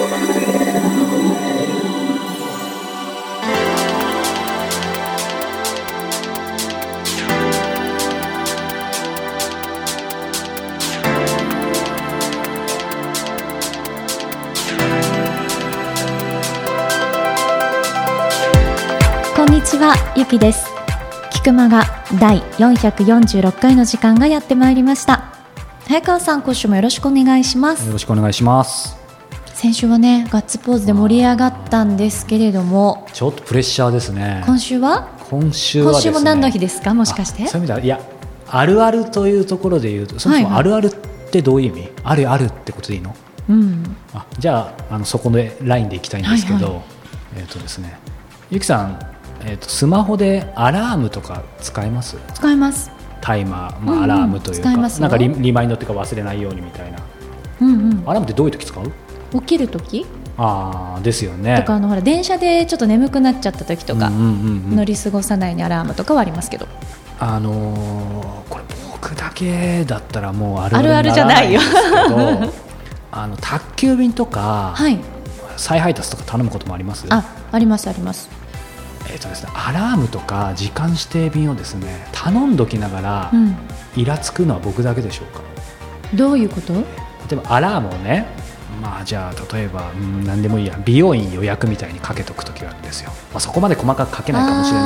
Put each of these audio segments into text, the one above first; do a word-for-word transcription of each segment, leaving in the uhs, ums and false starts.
こんにちは、ゆきです。キクマガだいよんひゃくよんじゅうろっかいの時間がやってまいりました。早川さん、今週もよろしくお願いします。 よろしくお願いします。 先週はね、ガッツポーズで盛り上がったんですけれども、 ちょっとプレッシャーですね。 今週は今週はですね、 今週も何の日ですか、もしかして。 そういう意味では、いや、あるあるというところで言うと、そもそもあるあるってどういう意味、はいはい、あるあるってことでいいの？うん、あ、じゃあ、あのそこでラインでいきたいんですけど、はいはい、えーとですね、ゆきさん、えーと、スマホでアラームとか使います？ 使います。 タイマー、まあ、アラームというか、うんうん、なんか リ, リマインドっていうか忘れないようにみたいな、うんうん、アラームってどういう時使う？ 起きる時？ あーですよね。 とか、あのほら電車でちょっと眠くなっちゃった時とか、うんうんうんうん、乗り過ごさないにアラームとかはありますけど、 あのー、これ僕だけだったらもうあるあるにならないんですけど、あるあるじゃないよあの宅急便とか、はい、再配達とか頼むこともあります？ あ、ありますあります。 えーとですね、アラームとか時間指定便をですね、頼んどきながら、うん、イラつくのは僕だけでしょうか？ どういうこと？例えばアラームをね、まあ、じゃあ例えば、うん、何でもいいや、美容院予約みたいにかけとくときがあるんですよ。まあ、そこまで細かくかけないかもしれ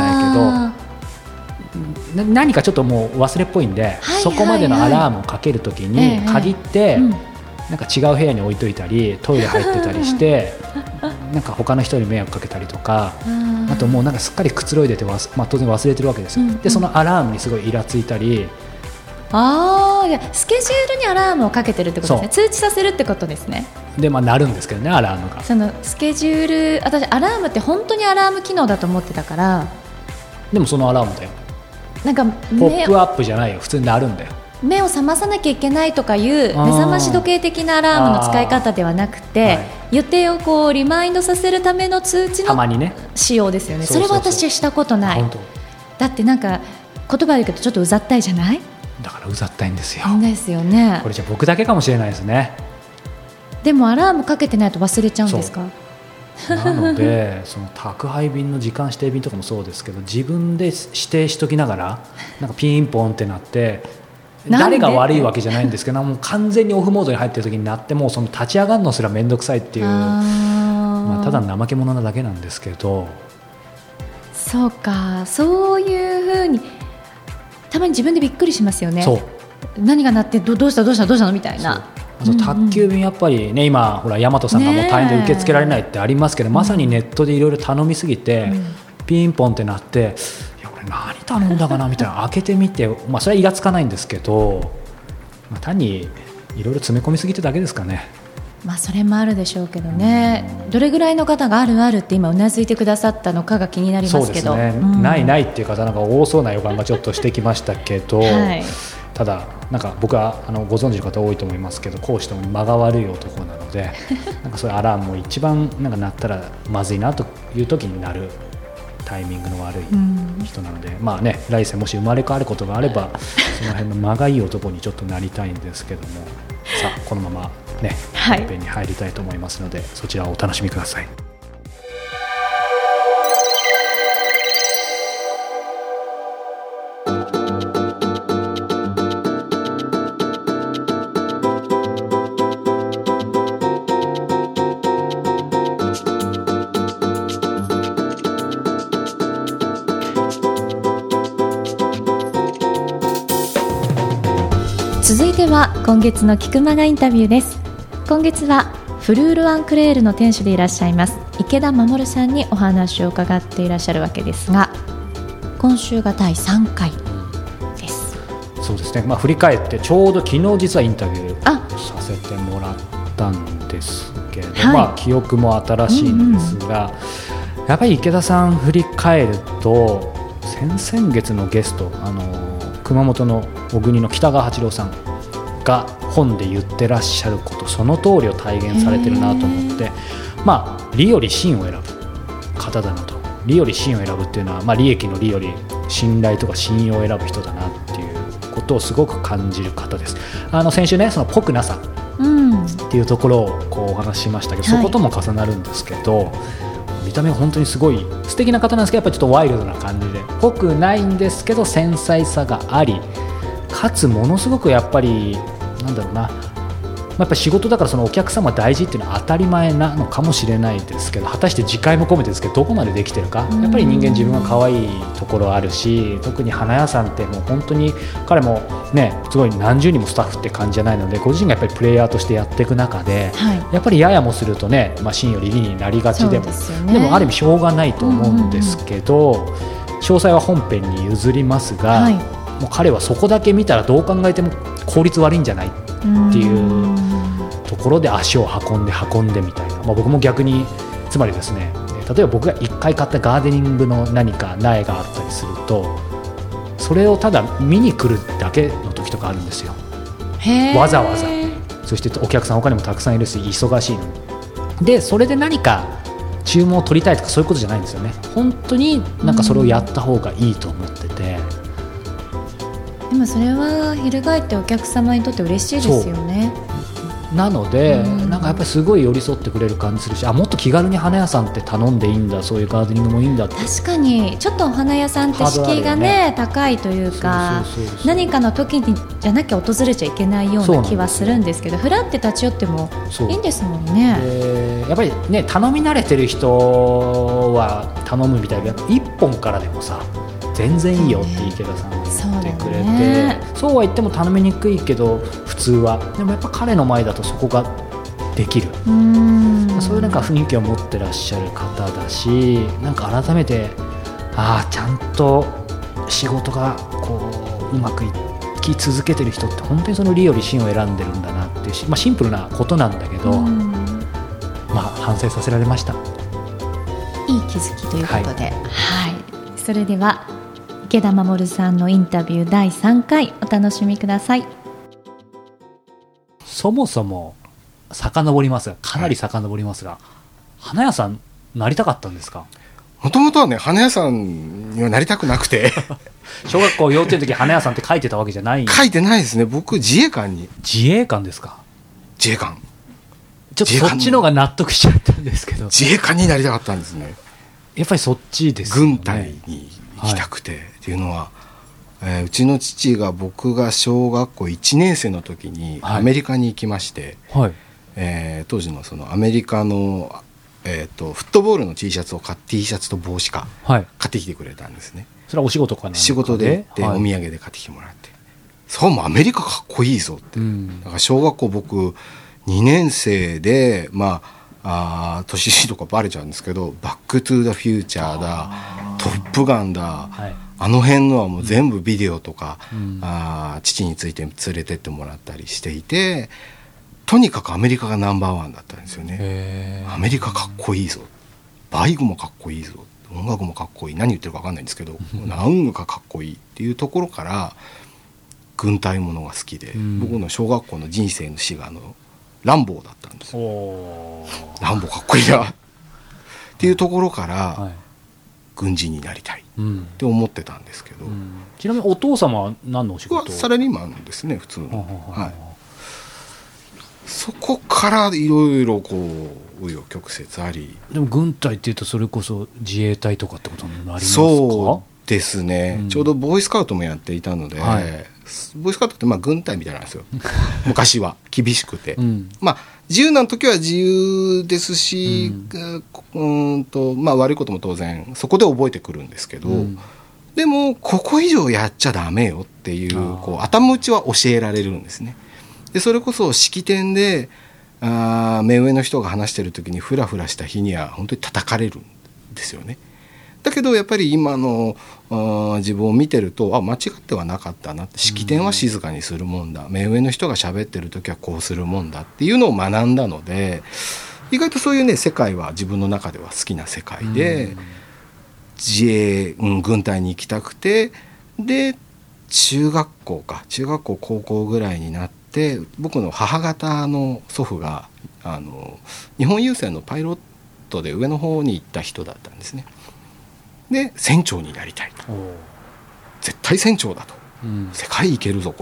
ないけど、何かちょっともう忘れっぽいんで、はいはいはい、そこまでのアラームをかけるときに限って、ええうん、なんか違う部屋に置いといたりトイレ入ってたりしてなんか他の人に迷惑かけたりとか、あともうなんかすっかりくつろいでて、まあ、当然忘れてるわけですよ、うんうん、でそのアラームにすごいイラついたり、 あ、いや、スケジュールにアラームをかけてるってことですね。通知させるってことですね。 で、まあ、鳴るんですけどね、アラームが。 そのスケジュール、私アラームって本当にアラーム機能だと思ってたから。 でもそのアラームだよ。なんかポップアップじゃないよ、普通に鳴るんだよ。 目を覚まさなきゃいけないとかいう目覚まし時計的なアラームの使い方ではなくて、はい、予定をこうリマインドさせるための通知の仕様ですよね。それは私はしたことない。だってなんか言葉で言うけどちょっとうざったいじゃない？ だからうざったいんですよ。 ですよね。 これじゃ僕だけかもしれないですね。 でもアラームかけてないと忘れちゃうんですか？ なのでその宅配便の時間指定便とかもそうですけど、自分で指定しときながらなんかピンポンってなって、誰が悪いわけじゃないんですけど、もう完全にオフモードに入ってる時になって、もうその立ち上がるのすら面倒くさいっていう、まあ、ただの怠け者なだけなんですけど。 そうか、そういう風にたまに自分でびっくりしますよね。そう、何が鳴って ど, どうしたどうしたどうしたのみたいな。 あと宅急便やっぱりね、今ほら大和さんがもう大変で受け付けられないってありますけど、まさにネットでいろいろ頼みすぎて、うん、ピンポンってなって、いや俺何頼んだかなみたいな開けてみて、まあ、それはイラつかないんですけど、まあ、単にいろいろ詰め込みすぎてだけですかね。 まあ、それもあるでしょうけどね、うん、どれぐらいの方があるあるって今うなずいてくださったのかが気になりますけど。そうですね、うん、 ないないっていう方なんか多そうな予感がちょっとしてきましたけど、はい、ただなんか僕はあのご存知の方多いと思いますけど、講師とも間が悪い男なのでなんかそういうアラームも一番なんか鳴ったらまずいなという時に鳴るタイミングの悪い人なので、うん、まあね、来世もし生まれ変わることがあればその辺の間がいい男にちょっとなりたいんですけどもさあこのままね、本編に入りたいと思いますので、そちらをお楽しみください。 続いては今月のキクマガインタビューです。今月はフルール・アン・クレールの店主でいらっしゃいます池田守さんにお話を伺っていらっしゃるわけですが、今週がだいさんかいです。 そうですね、まあ、振り返ってちょうど昨日実はインタビューさせてもらったんですけど、はい、まあ、記憶も新しいんですが、うんうん、やっぱり池田さん振り返ると先々月のゲスト、あの熊本の小国の北川八郎さんが本で言ってらっしゃること、その通りを体現されてるなと思って、まあ、利より信を選ぶ方だなと。利より信を選ぶっていうのは、まあ、利益の利より信頼とか信用を選ぶ人だなっていうことをすごく感じる方です。あの先週ね、そのぽくなさうん、 っていうところをこうお話ししましたけど、はい、そことも重なるんですけど、見た目は本当にすごい素敵な方なんですけど、やっぱりちょっとワイルドな感じで濃くないんですけど繊細さがあり、かつものすごくやっぱりなんだろうな、やっぱ仕事だからそのお客様大事っていうのは当たり前なのかもしれないですけど、果たして自戒も込めてですけどどこまでできてるか、やっぱり人間自分が可愛いところあるし、特に花屋さんってもう本当に彼もねすごい何十人もスタッフって感じじゃないので、ご自身がやっぱりプレイヤーとしてやっていく中で、はい、やっぱりややもするとね、まあ、真より理になりがちでも で,、ね、でもある意味しょうがないと思うんですけど、うんうんうん、詳細は本編に譲りますが、はい、もう彼はそこだけ見たらどう考えても効率悪いんじゃないっていうところで足を運んで運んでみたいな、まあ、僕も逆につまりですね、例えば僕がいっかい買ったガーデニングの何か苗があったりすると、それをただ見に来るだけの時とかあるんですよ。へー、わざわざ。そしてお客さん他にもたくさんいるし忙しいので、それで何か注文を取りたいとかそういうことじゃないんですよね。本当になんかそれをやった方がいいと思ってて、 でもそれは翻ってお客様にとって嬉しいですよね。 なので、うん、なんかやっぱりすごい寄り添ってくれる感じするし、あ、もっと気軽に花屋さんって頼んでいいんだ、そういうガーデニングもいいんだって。 確かにちょっとお花屋さんって敷居が ね, ね高いというか、そうそうそうそう、何かの時にじゃなきゃ訪れちゃいけないような気はするんですけど、ふらって立ち寄ってもいいんですもんね。 でやっぱりね、頼み慣れてる人は頼むみたいな、いっぽんからでもさ全然いいよって池田さんは言ってくれて、 そう,、ね、そうは言っても頼みにくいけど普通はでもやっぱ彼の前だとそこができる、うーん、そういうなんか雰囲気を持ってらっしゃる方だし、なんか改めてああちゃんと仕事がこううまくいき続けてる人って本当にその理より真を選んでるんだなっていう、まあ、シンプルなことなんだけど、まあ、反省させられました。 いい気づきということで、はい、はい、それでは池田守さんのインタビューだいさんかいお楽しみください。 そもそも遡りますが、かなり遡りますが、はい、花屋さんなりたかったんですか？ もともとはね、花屋さんにはなりたくなくて小学校幼稚園の時花屋さんって書いてたわけじゃない？ 書いてないですね。僕自衛官に。 自衛官ですか？ 自衛官。 ちょっとそっちの方が納得しちゃったんですけど。 自衛官になりたかったんですね。 やっぱりそっちですよね。 軍隊に行きたくて、はい、っていうのは、えー、うちの父が僕が小学校いちねん生の時にアメリカに行きまして、はい、えー、当時のそのアメリカの、えー、とフットボールの T シャツを買って T シャツと帽子か、はい、買ってきてくれたんですね。 それはお仕事かな？ 仕事で、で、はい、お土産で買ってきてもらって、そうもアメリカかっこいいぞって、うん、だから小学校僕にねん生で、まああ年とかバレちゃうんですけど、バックトゥーザフューチャーだ、トップガンだ、はい、あの辺のはもう全部ビデオとか、うん、あ父について連れてってもらったりしていて、とにかくアメリカがナンバーワンだったんですよね。アメリカかっこいいぞ、バイクもかっこいいぞ、音楽もかっこいい、何言ってるか分かんないんですけどなんかかっこいいっていうところから軍隊ものが好きで、うん、僕の小学校の人生の詩があのランボーだったんですよ。ランボーかっこいいなっていうところから、はい、軍人になりたいって思ってたんですけど、うんうん、 ちなみにお父様は何のお仕事？ サラリーマンですね、普通の。はい、そこからいろいろこう紆余曲折あり。 でも軍隊っていうとそれこそ自衛隊とかってことになりますか？ そうですね、うん、ちょうどボーイスカウトもやっていたので、はい、ボーイスカウトってまあ軍隊みたいなんですよ昔は厳しくて、うん、まあ自由な時は自由ですし、うん、うんとまあ悪いことも当然そこで覚えてくるんですけど、うん、でもここ以上やっちゃダメよっていう、こう頭打ちは教えられるんですね。でそれこそ式典であ目上の人が話してる時にフラフラした日には本当に叩かれるんですよね。だけどやっぱり今の自分を見てると、あ間違ってはなかったなって、式典は静かにするもんだ、目上の人が喋ってる時はこうするもんだっていうのを学んだので、意外とそういうね世界は自分の中では好きな世界で、自衛、うん、軍隊に行きたくて、で中学校か中学校高校ぐらいになって、僕の母方の祖父があの日本郵船のパイロットで上の方に行った人だったんですね。で船長になりたいと、絶対船長だと、うん、世界行けるぞこれはっ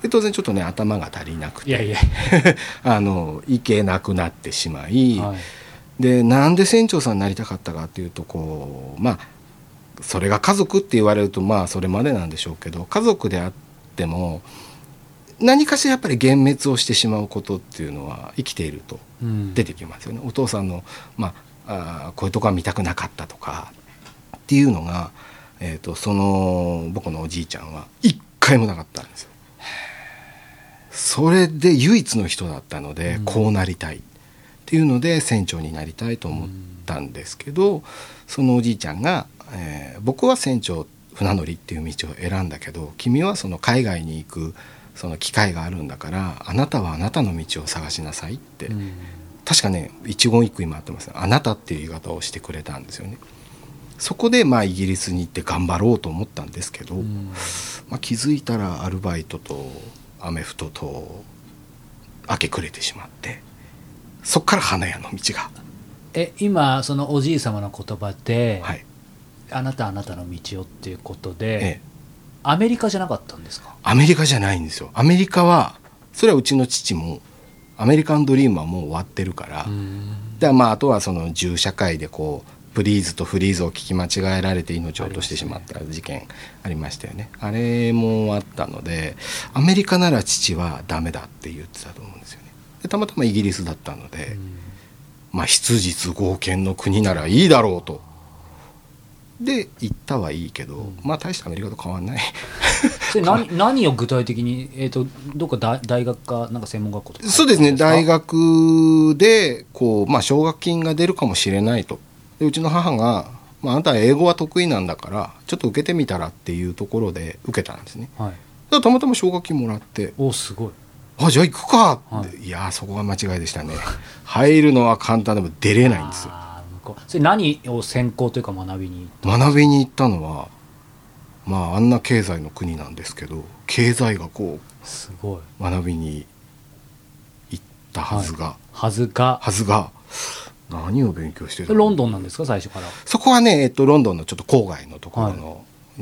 で当然ちょっとね頭が足りなくていやいやあの行けなくなってしまい、 はい、 でなんで船長さんになりたかったかっていうとこうまあそれが家族って言われるとまあそれまでなんでしょうけど、家族であっても何かしらやっぱり幻滅をしてしまうことっていうのは生きていると出てきますよね、うん、お父さんの、まあ、あこういうとこは見たくなかったとかっていうのが、えーと、その僕のおじいちゃんは一回もなかったんですよ。それで唯一の人だったので、うん、こうなりたいっていうので船長になりたいと思ったんですけど、うん、そのおじいちゃんが、えー、僕は船長船乗りっていう道を選んだけど君はその海外に行くその機会があるんだからあなたはあなたの道を探しなさいって、うん、確かね一言一句今あってますあなたっていう言い方をしてくれたんですよね。そこでまあイギリスに行って頑張ろうと思ったんですけど、うんまあ、気づいたらアルバイトとアメフトと明け暮れてしまって、そっから花屋の道がえ今そのおじい様の言葉で、はい、あなたあなたの道をっていうことで、ええ、アメリカじゃなかったんですか？ アメリカじゃないんですよ。アメリカはそれはうちの父もアメリカンドリームはもう終わってるから、でまああとはその銃社会でこうプリーズとフリーズを聞き間違えられて命を落としてしまった事件ありましたよね。あれもあったのでアメリカなら父はダメだって言ってたと思うんですよね。でたまたまイギリスだったので、まあ質実剛健の国ならいいだろうとで行ったはいいけど、うん、まあ大してアメリカと変わんないそれ 何, 何を具体的に、えー、とどっか大, 大学かなんか専門学校とかそうですね大学でこう、まあ、奨学金が出るかもしれないと。でうちの母が、まあ、あなたは英語は得意なんだからちょっと受けてみたらっていうところで受けたんですね、はい、だからたまたま奨学金もらっておすごいあじゃあ行くかって、はい、いやそこが間違いでしたね入るのは簡単でも出れないんですよ。 それ何を専攻というか学びに行った学びに行ったのはまああんな経済の国なんですけど経済学をすごい学びに行ったはずが、 はい、はずがはずが何を勉強してたの？ ロンドンなんですか最初から？ そこはね、えっと、ロンドンのちょっと郊外のところの、はい、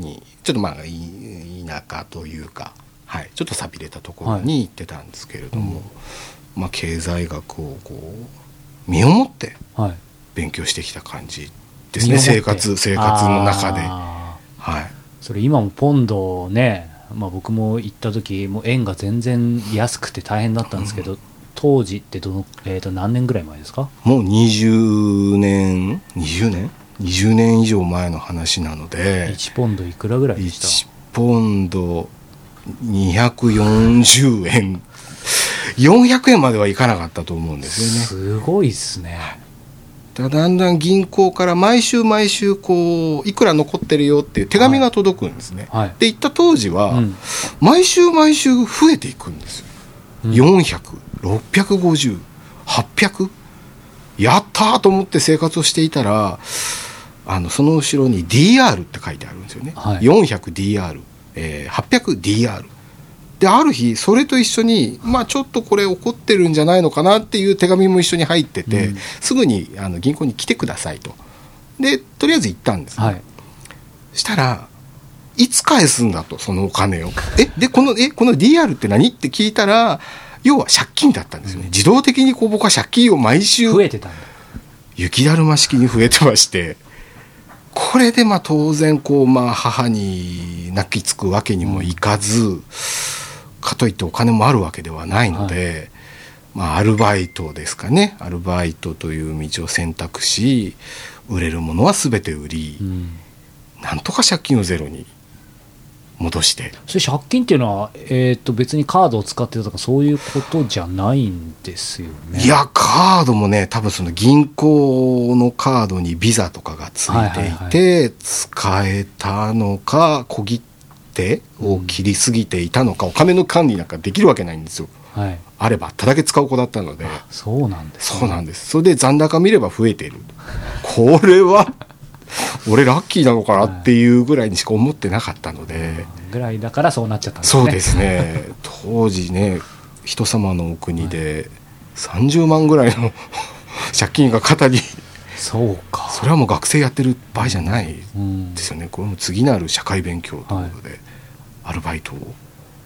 にちょっとまあ田舎というか、はい、ちょっと寂れたところに行ってたんですけれども、はいうんまあ、経済学をこう身をもって勉強してきた感じですね、はい、生活生活の中で、はい、 それ今もポンドね、まあ、僕も行った時もう円が全然安くて大変だったんですけど、うん当時ってどの、えー、と何年ぐらい前ですか？ もうにじゅうねんにじゅうねんにじゅうねん以上前の話なのでいちポンドいくらぐらいでした？ いちポンドにひゃくよんじゅうえんよんひゃくえんまではいかなかったと思うんですよね。すごいですね。 だ, だんだん銀行から毎週毎週こういくら残ってるよっていう手紙が届くんですね、はいはい、で行った当時は、うん、毎週毎週増えていくんですよ、うん、よんひゃくろっぴゃくごじゅう、はっぴゃくやったーと思って生活をしていたらあのその後ろに ディーアール って書いてあるんですよね、はい、よんひゃくディーアール、えー、はっぴゃくディーアール である日それと一緒に、まあ、ちょっとこれ起こってるんじゃないのかなっていう手紙も一緒に入ってて、うん、すぐにあの銀行に来てくださいとでとりあえず行ったんですね、はい、したらいつ返すんだとそのお金をえでこのえこの ディーアール って何って聞いたら要は借金だったんですよね、うん、自動的にこう僕は借金を毎週増えてたんだ雪だるま式に増えてましてこれでまあ当然こうまあ母に泣きつくわけにもいかず、うん、かといってお金もあるわけではないので、はいまあ、アルバイトですかねアルバイトという道を選択し売れるものは全て売り、うん、なんとか借金をゼロに戻してそれ借金っていうのは、えー、と別にカードを使ってたとかそういうことじゃないんですよね。 いやカードもね多分その銀行のカードにビザとかがついていて、はいはいはい、使えたのか小切手を切りすぎていたのか、うん、お金の管理なんかできるわけないんですよ、はい、あればあっただけ使う子だったのでそうなんです、 ね、そうなんです。それで残高見れば増えているこれは俺ラッキーなのかなっていうぐらいにしか思ってなかったので、 ぐらいだからそうなっちゃったんですね。 そうですね当時ね人様のお国でさんじゅうまんぐらいの借金が肩にそうかそれはもう学生やってる場合じゃないですよね、うん、これも次なる社会勉強ということで、はい、アルバイトを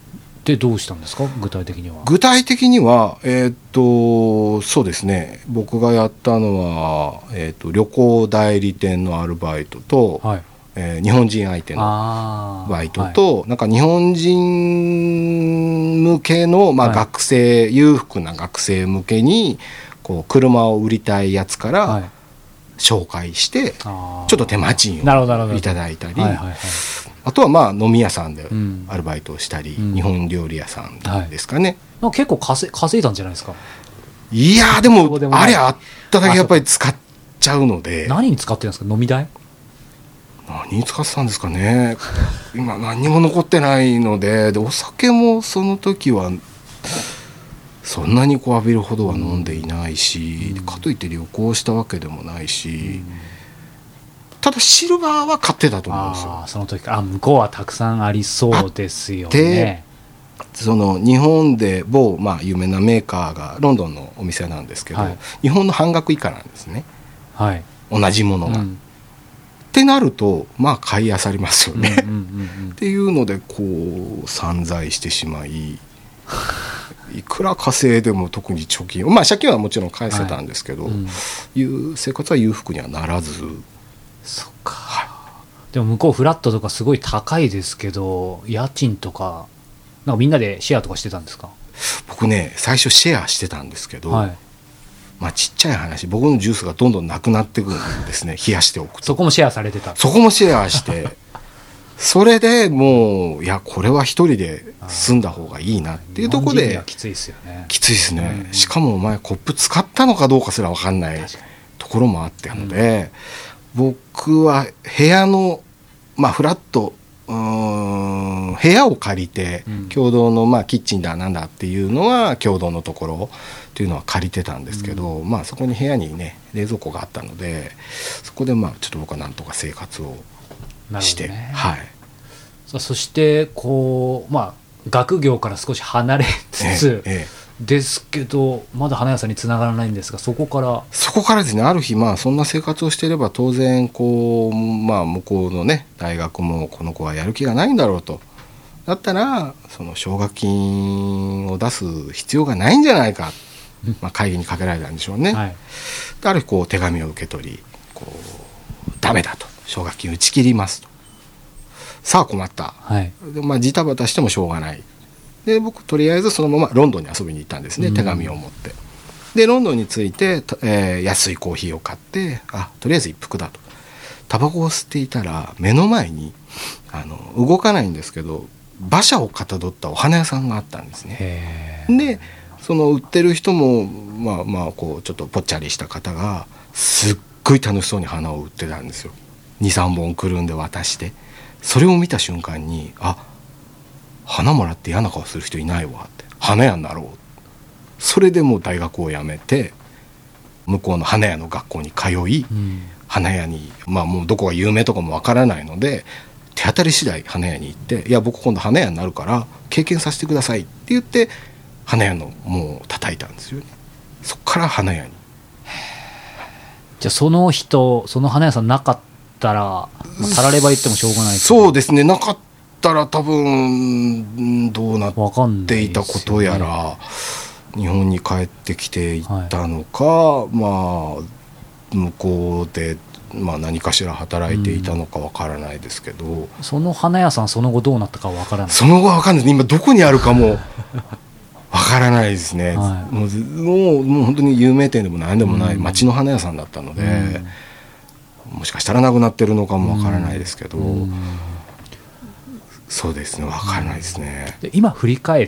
でどうしたんですか、具体的には。 具体的には、えー、っとそうですね、僕がやったのは、えー、っと旅行代理店のアルバイトと、はい、えー、日本人相手のバイトと、はい、なんか日本人向けの、まあ、学生、はい、裕福な学生向けにこう車を売りたいやつから紹介して、はい、ちょっと手間賃をいただいたり、あとはまあ飲み屋さんでアルバイトをしたり、うん、日本料理屋さんですかね、 はい、結構稼いだんじゃないですか。 いやでもあれあっただけやっぱり使っちゃうので。 何に使ってるんですか、飲み代。 何に使ってたんですかね今何にも残ってないの で, でお酒もその時はそんなにこう浴びるほどは飲んでいないし、うん、かといって旅行したわけでもないし、うん、ただシルバーは買ってたと思うんですよ。 あ、その時あ向こうはたくさんありそうですよね。 その日本で某、まあ、有名なメーカーがロンドンのお店なんですけど、はい、日本の半額以下なんですね、はい、同じものが、うん、ってなるとまあ買い漁りますよね、うんうんうんうん、っていうのでこう散財してしまいいくら稼いでも特に貯金、まあ借金はもちろん返せたんですけど、はい、うん、いう生活は裕福にはならず。 そっか、はい、でも向こうフラットとかすごい高いですけど家賃とかなんかみんなでシェアとかしてたんですか。 僕ね最初シェアしてたんですけど、はい、まあ、ちっちゃい話、僕のジュースがどんどんなくなってくるんですね冷やしておくと。 そこもシェアされてた。 そこもシェアしてそれでもういやこれは一人で住んだ方がいいなっていうところで。 きついですよね。 きついですね、うん、しかもお前コップ使ったのかどうかすら分かんないところもあってので、うん、僕は部屋のまあフラットうーん部屋を借りて、うん、共同のまあキッチンだなんだっていうのは共同のところっていうのは借りてたんですけど、うん、まあそこに部屋にね冷蔵庫があったのでそこでまあちょっと僕はなんとか生活をして、ね、はい。 そしてこうまあ学業から少し離れつつ、ええええ、ですけどまだ花屋さんに繋がらないんですが、そこからそこからですね、ある日まあそんな生活をしていれば当然こうまあ向こうのね大学もこの子はやる気がないんだろうと、だったらその奨学金を出す必要がないんじゃないか、まあ会議にかけられたんでしょうね、はい、ある日こう手紙を受け取りこうダメだと、奨学金打ち切りますと。さあ困った、はい、でまあ、ジタバタしてもしょうがないで、僕とりあえずそのままロンドンに遊びに行ったんですね、うん、手紙を持って。でロンドンに着いて、えー、安いコーヒーを買って、あとりあえず一服だと。タバコを吸っていたら目の前にあの動かないんですけど馬車をかたどったお花屋さんがあったんですね。でその売ってる人もまあまあこうちょっとぽっちゃりした方がすっごい楽しそうに花を売ってたんですよ。 にさんぼんくるんで渡して、それを見た瞬間にあ花もらって嫌な顔する人いないわって、花屋になろう。それでもう大学を辞めて向こうの花屋の学校に通い、うん、花屋にまあもうどこが有名とかもわからないので手当たり次第花屋に行って、いや僕今度花屋になるから経験させてくださいって言って花屋の門を叩いたんですよね。そっから花屋に。 じゃあその人その花屋さんなかったら、まあ、たられば言ってもしょうがない。 そうですね、なかったら多分どうなっていたことやら、ね、日本に帰ってきていったのか、はい、まあ向こうで、まあ、何かしら働いていたのかわからないですけど、うん、 その花屋さんその後どうなったかわからない。 その後はわからないです。今どこにあるかもわからないですね、はい、もう、もう、もう本当に有名店でも何でもない町の花屋さんだったので、うん、もしかしたらなくなってるのかもわからないですけど、うん、そうですね、わからないですね、 うん、で今振り返って、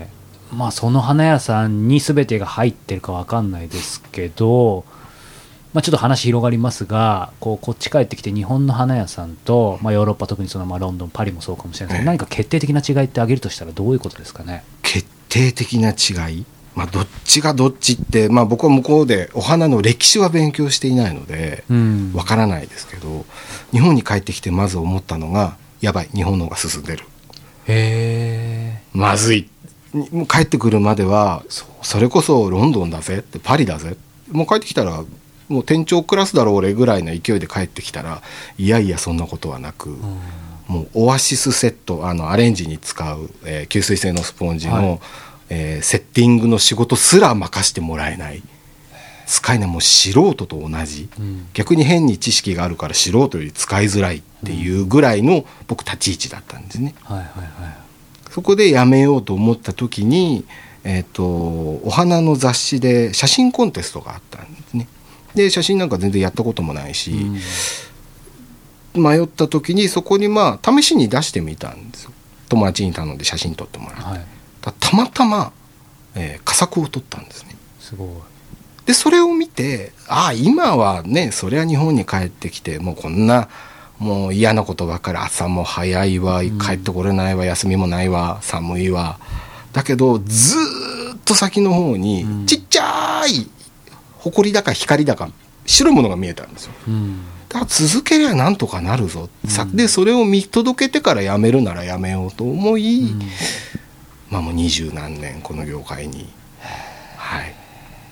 まあ、その花屋さんに全てが入ってるかわかんないですけど、まあ、ちょっと話広がりますが、こうこっち帰ってきて日本の花屋さんと、まあ、ヨーロッパ、特にそのまあロンドン、パリもそうかもしれないですけど、何か決定的な違いって挙げるとしたらどういうことですかね。 決定的な違い、まあ、どっちがどっちって、まあ、僕は向こうでお花の歴史は勉強していないのでわからないですけど、日本に帰ってきてまず思ったのが、やばい、日本の方が進んでる、へーまずい、もう帰ってくるまでは そ, それこそロンドンだぜって、パリだぜ、もう帰ってきたらもう店長クラスだろう俺ぐらいの勢いで帰ってきたら、いやいやそんなことはなく、うん、 もうオアシスセット、あのアレンジに使う、えー、吸水性のスポンジの、はい、えー、セッティングの仕事すら任せてもらえない、使えない、もう素人と同じ、うん、逆に変に知識があるから素人より使いづらいっていうぐらいの僕立ち位置だったんですね、はいはいはい、そこでやめようと思った時に、えーと、お花の雑誌で写真コンテストがあったんですね。で写真なんか全然やったこともないし、うん、迷った時にそこにまあ試しに出してみたんですよ。友達に頼んで写真撮ってもらって、はい、た, たまたま、えー、佳作を撮ったんですね。 すごい。 でそれを見て、ああ今はね、そりゃ日本に帰ってきてもうこんなもう嫌なことばっかり、朝も早いわ、帰ってこれないわ、休みもないわ、寒いわ、だけどずっと先の方にちっちゃい埃だか光だか白いものが見えたんですよ、うん、だから続けりゃなんとかなるぞ、うん、でそれを見届けてからやめるならやめようと思い、うん、まあもう二十何年この業界に、はい。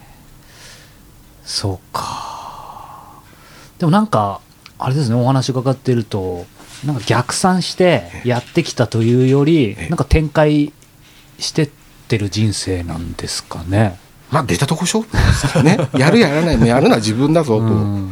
そうか。でもなんかあれですね、お話伺っているとなんか逆算してやってきたというよりなんか展開してってる人生なんですかね。 まあ出たとこ勝負ですからねやるやらないもやるのは自分だぞと、うん、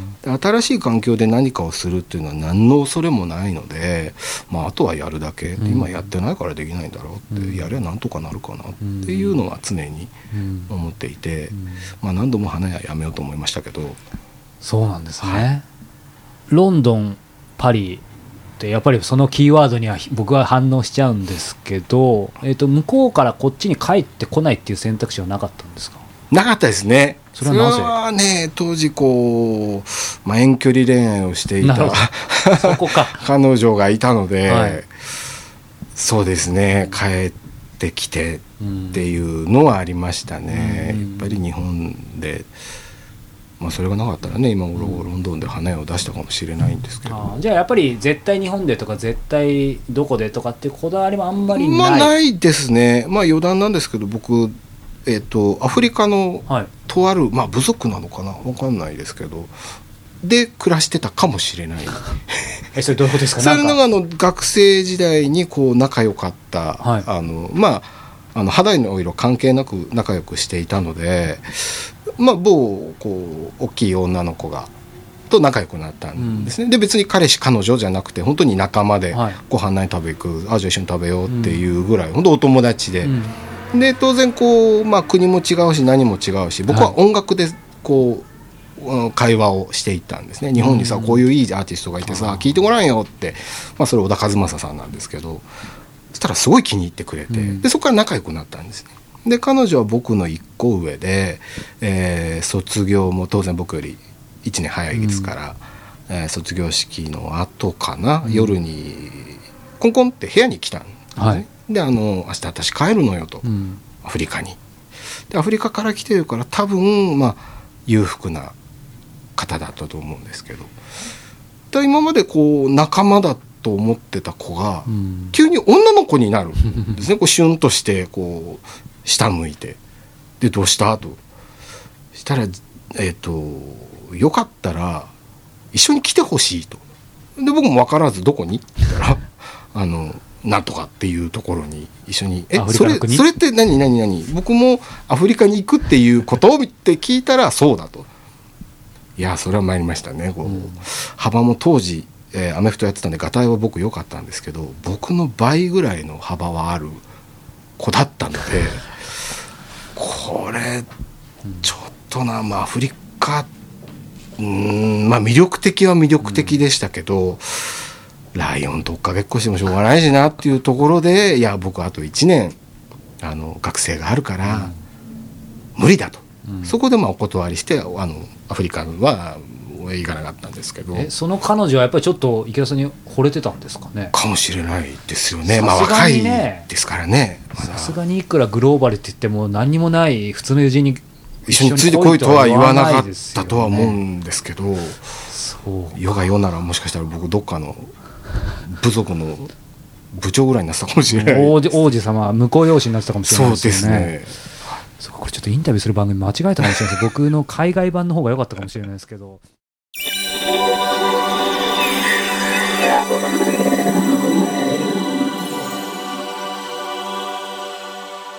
新しい環境で何かをするっていうのは何の恐れもないので、まあ、あとはやるだけ、うん、今やってないからできないんだろうって、うん、やればなんとかなるかなっていうのは常に思っていて、うんうん、まあ、何度も花屋やめようと思いましたけど。 そうなんですね、はい、ロンドンパリってやっぱりそのキーワードには僕は反応しちゃうんですけど、えーと、向こうからこっちに帰ってこないっていう選択肢はなかったんですか？ なかったですね。 それはなぜ？ それはね、当時こう、まあ、遠距離恋愛をしていたそこか彼女がいたので、はい、そうですね、帰ってきてっていうのはありましたね、うん、やっぱり日本で、まあ、それがなかったらね今頃ロンドンで花屋を出したかもしれないんですけど、 あ、じゃあやっぱり絶対日本でとか絶対どこでとかっていうこだわりもあんまりない？ まあ、ないですね。まあ余談なんですけど僕、えーと、アフリカのとある、まあ、部族なのかな分かんないですけどで暮らしてたかもしれないえ、それどういうことですか？ そういうのがあの学生時代にこう仲良かった、はい、あのまあ、あの肌の色関係なく仲良くしていたので、まあ、某こう大きい女の子がと仲良くなったんですね、うん、で別に彼氏彼女じゃなくて本当に仲間で、はい、ご飯何食べ行く、あ、じゃあ一緒に食べようっていうぐらい、うん、本当お友達で、うん、で当然こう、まあ、国も違うし何も違うし僕は音楽でこう、はい、会話をしていったんですね。日本にさ、うん、こういういいアーティストがいてさ、聞いてごらんよって、まあ、それ小田和正さんなんですけど、そしたらすごい気に入ってくれて、うん、でそこから仲良くなったんですね。で彼女は僕のいっこ上で、えー、卒業も当然僕よりいちねん早いですから、うん、えー、卒業式の後かな、うん、夜にコンコンって部屋に来たんですね、はい、であの明日私帰るのよと、うん、アフリカに。でアフリカから来てるから多分、まあ、裕福な方だったと思うんですけど、で今までこう仲間だと思ってた子が、うん、急に女の子になるんですねこうシュンとしてこう下向いて、でどうしたとしたら、えーと、よかったら一緒に来てほしいと。で僕も分からずどこにって言ったらあのなんとかっていうところに一緒に、えそれそれって何何何僕もアフリカに行くっていうことって聞いたらそうだと。いやそれは参りましたね。こう、うん、幅も当時、えー、アメフトやってたんでガタイは僕良かったんですけど僕の倍ぐらいの幅はある子だったのでこれちょっとな、まあ、アフリカうーん、まあ、魅力的は魅力的でしたけど、うん、ライオンと追っかけっこしてもしょうがないしなっていうところで、いや僕あといちねんあの学生があるから、うん、無理だと、うん、そこでまあお断りしてあのアフリカは行かなかったんですけど。 えその彼女はやっぱりちょっと池田さんに惚れてたんですかね。 かもしれないですよね。まあ若いですからね。 さすがにいくらグローバルって言っても何にもない普通の友人に一緒についてこいとは言わなかったとは思うんですけど、そう世が世ならもしかしたら僕どっかの部族の部長ぐらいになってたかもしれない。 王子、王子様婿養子になってたかもしれないですよね。 そうですね。 そうか、これちょっとインタビューする番組間違えたかもしれないです。僕の海外版の方が良かったかもしれないですけど。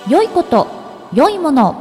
良いこと良いもの。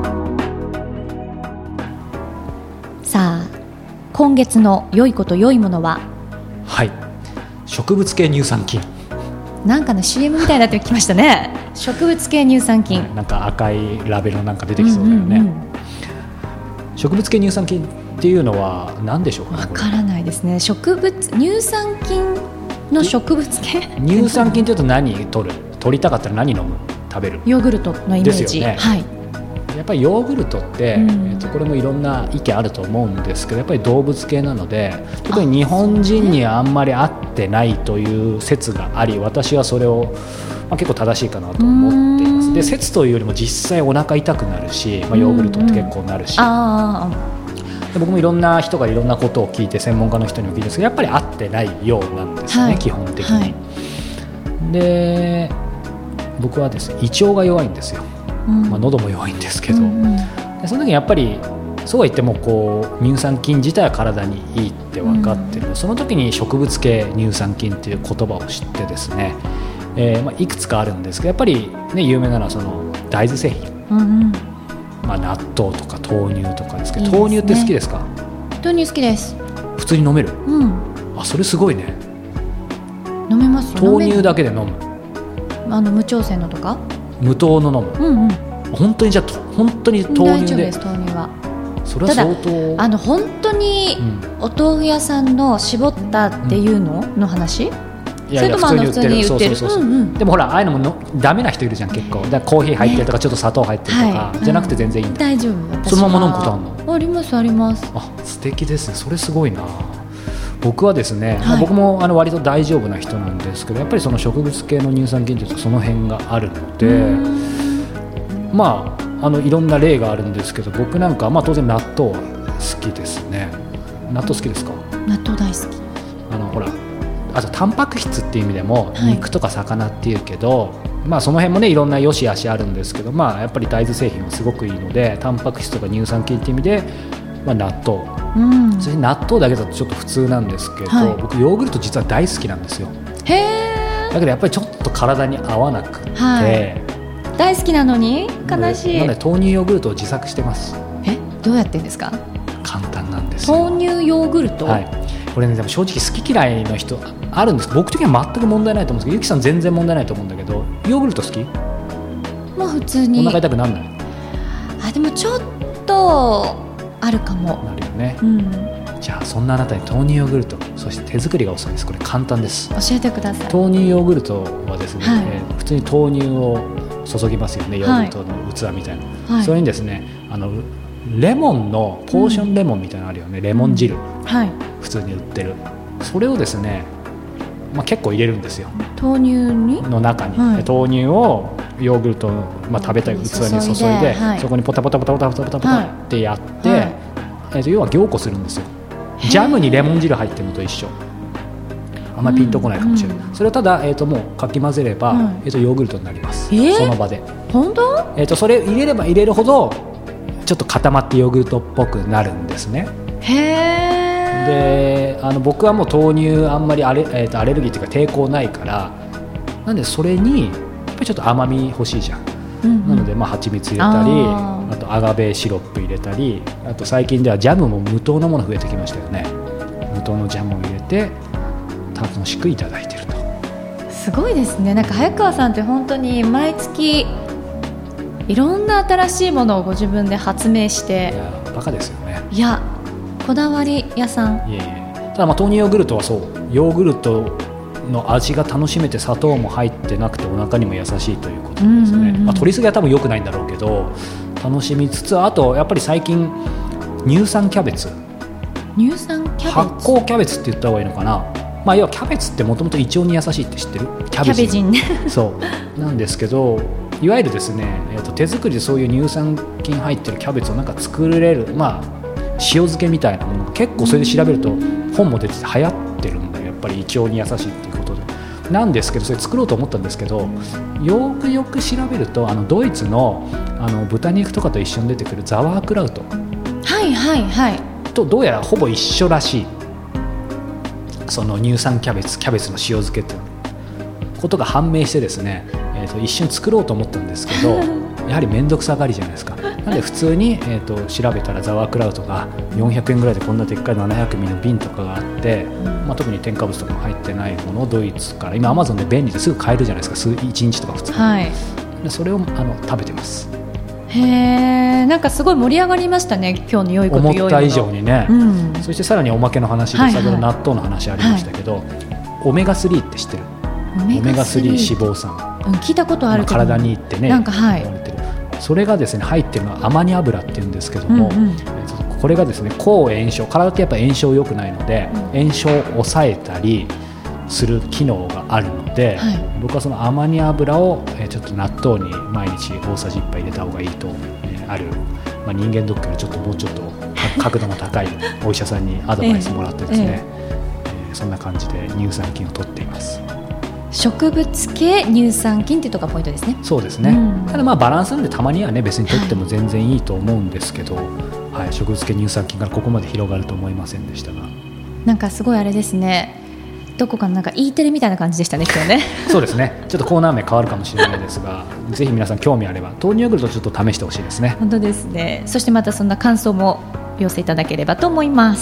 さあ今月の良いこと良いものは、 はい、植物系乳酸菌。 なんかの シーエム みたいになってきましたね。植物系乳酸菌、 なんか赤いラベルなんか出てきそうだよね、うんうんうん、植物系乳酸菌っていうのは何でしょうかね。 わからないですね。植物乳酸菌の植物系乳酸菌っていうと何取る取りたかったら何飲む食べるヨーグルトのイメージですよね、はい、 やっぱりヨーグルトって、うん、えっと、これもいろんな意見あると思うんですけど、やっぱり動物系なので特に日本人にあんまり合ってないという説があり、私はそれを、まあ、結構正しいかなと思っています。で説というよりも実際お腹痛くなるし、まあ、ヨーグルトって結構なるし、あで僕もいろんな人がいろんなことを聞いて専門家の人にも聞いてるんですけど、やっぱり合ってないようなんですね、はい、基本的に、はい、で僕はですね胃腸が弱いんですよ、うんまあ、喉も弱いんですけど、うんうん、でその時にやっぱりそうは言ってもこう乳酸菌自体は体にいいって分かってる、うん、その時に植物系乳酸菌っていう言葉を知ってですね、えーまあ、いくつかあるんですけど、やっぱり、ね、有名なのはその大豆製品、うんうんまあ、納豆とか豆乳とかですけど、いいですね、豆乳って好きですか？ 豆乳好きです。 普通に飲める、うん、あそれすごいね。 飲めますよ。 豆乳だけで飲む。 あの無調整のとか無糖の飲む、うんうん、本当にじゃあ本当に豆乳で。大丈夫です。豆乳はそれは相当。ただあの本当にお豆腐屋さんの絞ったっていうの、うん、の話、いやいや普通に売ってる。そうそうそうそう、うんうん、でもほらああいうのものダメな人いるじゃん結構。だからコーヒー入ってるとか、ね、ちょっと砂糖入ってるとか、はい、じゃなくて全然いい、うん、 大丈夫。私そのまま飲むことあるの？ ありますあります。 あ素敵ですね。それすごいな。僕はですね、はいまあ、僕もあの割と大丈夫な人なんですけど、やっぱりその植物系の乳酸菌というとその辺があるので、まああのいろんな例があるんですけど、僕なんか、まあ、当然納豆は好きですね。納豆好きですか？ 納豆大好き。 あのほらあとタンパク質っていう意味でも肉とか魚っていうけど、はいまあ、その辺もねいろんな良し悪しあるんですけど、まあ、やっぱり大豆製品はすごくいいので、タンパク質とか乳酸菌っていう意味で、まあ、納豆、うん、そして納豆だけだとちょっと普通なんですけど、はい、僕ヨーグルト実は大好きなんですよ。 へー。 だけどやっぱりちょっと体に合わなくて、はい、 大好きなのに悲しい。 なので豆乳ヨーグルトを自作してます。 えどうやってんですか？ 簡単なんですよ。 豆乳ヨーグルト、 はい、これねでも正直好き嫌いの人あるんですけど、僕的には全く問題ないと思うんですけど、ゆきさん全然問題ないと思うんだけど、ヨーグルト好き？ まあ普通に。 お腹痛くなんない？ あでもちょっとあるかも。 なるよね、うん、じゃあそんなあなたに豆乳ヨーグルト、そして手作りがおすすめです。これ簡単です。 教えてください。 豆乳ヨーグルトはですね、はいえー、普通に豆乳を注ぎますよね。ヨーグルトの器みたいな、はい、それにですねあのレモンのポーションレモンみたいなのあるよね、うん、レモン汁、うんはい、普通に売ってる。それをですね、まあ、結構入れるんですよ豆乳にの中に、はい、豆乳をヨーグルトの、まあ、食べたい器に注いで、はい、そこにポタポタポタポタポタポタポタってやって、はいえー、と要は凝固するんですよ。ジャムにレモン汁入ってるのと一緒。あんまりピンとこないかもしれない、うんうん、それをただ、えー、ともうかき混ぜれば、うんえー、とヨーグルトになります、えー、その場で。 本当？ えー、とそれ入れれば入れるほどちょっと固まってヨーグルトっぽくなるんですね。 へであの僕はもう豆乳あんまりアレ、えー、とアレルギーというか抵抗ないから、なんでそれにやっぱりちょっと甘み欲しいじゃん、うんうん、なのでまあ蜂蜜入れたり あ, あとアガベシロップ入れたり、あと最近ではジャムも無糖のもの増えてきましたよね。無糖のジャムを入れて楽しくいただいていると。 すごいですね。なんか早川さんって本当に毎月いろんな新しいものをご自分で発明して。 いやバカですよね。 いやこだわり屋さん。 いえいえ。ただまあ豆乳ヨーグルトはそうヨーグルトの味が楽しめて砂糖も入ってなくてお腹にも優しいということですね、うんうんうんまあ、取りすぎは多分良くないんだろうけど楽しみつつ、あとやっぱり最近乳酸キャベツ乳酸キャベツ発酵キャベツって言った方がいいのかな、まあ、要はキャベツってもともと胃腸に優しいって知ってる？キャベジンそうなんですけど、いわゆるですね、えー、と手作りでそういう乳酸菌入ってるキャベツをなんか作れる、まあ、塩漬けみたいなもの結構それで調べると本も出てて流行ってるんだよ。やっぱり胃腸に優しいっていうことでなんですけど、それ作ろうと思ったんですけど、よくよく調べるとあのドイツ の, あの豚肉とかと一緒に出てくるザワークラウトはいはいはいとどうやらほぼ一緒らしい。その乳酸キャベツキャベツの塩漬けっていうことが判明してですね、ええー、と一瞬作ろうと思ったんですけどやはり面倒くさがりじゃないですか。なんで普通に、えー、と調べたらザワークラウトがよんひゃくえんぐらいでこんなでっかいななひゃくミリの瓶とかがあって、まあ、特に添加物とかも入ってないものをドイツから今アマゾンで便利ですぐ買えるじゃないですか。数いちにちとか普通に、はい、でそれをあの食べてます。 へー、なんかすごい盛り上がりましたね今日の良いこと良いもの。 思った以上にね、うん、そしてさらにおまけの話で、 はいはい、 先ほど納豆の話ありましたけど、はい、オメガスリーって知ってる？オメガスリー脂肪酸、 うん、聞いたことあるけど、 まあ、体にいいってね、 なんか、はい、 言われてる。それがですね入ってるのはアマニ油っていうんですけども、うんうん、これがですね抗炎症、体ってやっぱ炎症良くないので、うん、炎症を抑えたりする機能があるので、はい、僕はそのアマニ油をちょっと納豆に毎日大さじいっぱい入れた方がいいと、えー、ある、まあ、人間ドックよりちょっともうちょっと角度の高いお医者さんにアドバイスもらってですね、えええー、そんな感じで乳酸菌を取っています。 植物系乳酸菌っていうところがポイントですね。 そうですね、うん、ただまあバランスなんでたまにはね別に取っても全然いいと思うんですけど、はいはい、植物系乳酸菌からここまで広がると思いませんでしたが、 なんかすごいあれですね、どこかのなんか E テレみたいな感じでしたね今日ねそうですね、ちょっとコーナー名変わるかもしれないですがぜひ皆さん興味あれば豆乳ヨーグルトちょっと試してほしいですね。 本当ですね。そしてまたそんな感想もお寄せいただければと思います。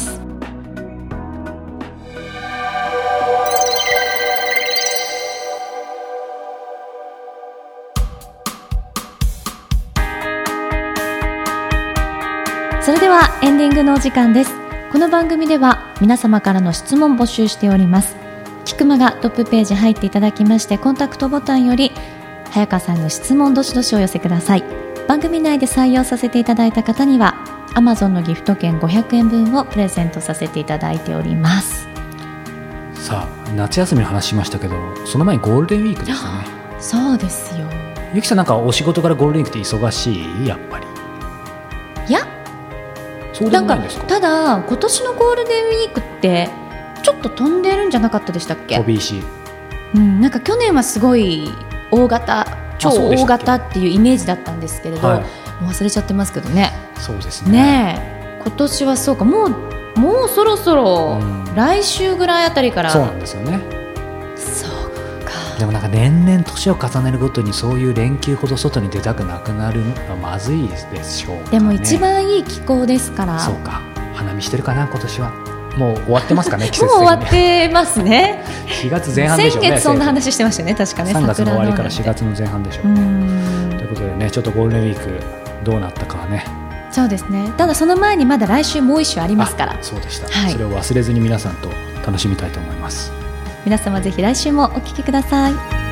それではエンディングのお時間です。この番組では皆様からの質問募集しております。キクマがトップページ入っていただきましてコンタクトボタンより早川さんの質問どしどしお寄せください。番組内で採用させていただいた方には Amazon のギフト券ごひゃくえんぶんをプレゼントさせていただいております。 さあ夏休みの話しましたけどその前にゴールデンウィークでしたね。 そうですよ。 ゆきさんなんかお仕事からゴールデンウィークって忙しい？やっぱりいやそうでもないんですか？ ただ今年のゴールデンウィークってちょっと飛んでるんじゃなかったでしたっけ？ 飛び石、 うん、なんか去年はすごい大型超大型っていうイメージだったんですけれど、はい、もう忘れちゃってますけどね。 そうですね。 ねえ今年はそうかもうもうそろそろ来週ぐらいあたりから、 そうなんですよね。 そうか。 でもなんか年々年を重ねるごとにそういう連休ほど外に出たくなくなるのはまずいでしょうかね。 でも一番いい気候ですから。 そうか。花見してるかな今年は。もう終わってますかね季節的に。 もう終わってますね。 しがつぜん半でしょうね。 先月そんな話してましたね確かね。 さんがつの終わりからしがつの前半でしょうね。うーんということでねちょっとゴールデンウィークどうなったかはね。 そうですね。ただその前にまだ来週もう一週ありますから。 そうでした、はい、それを忘れずに皆さんと楽しみたいと思います。 皆様ぜひ来週もお聞きください。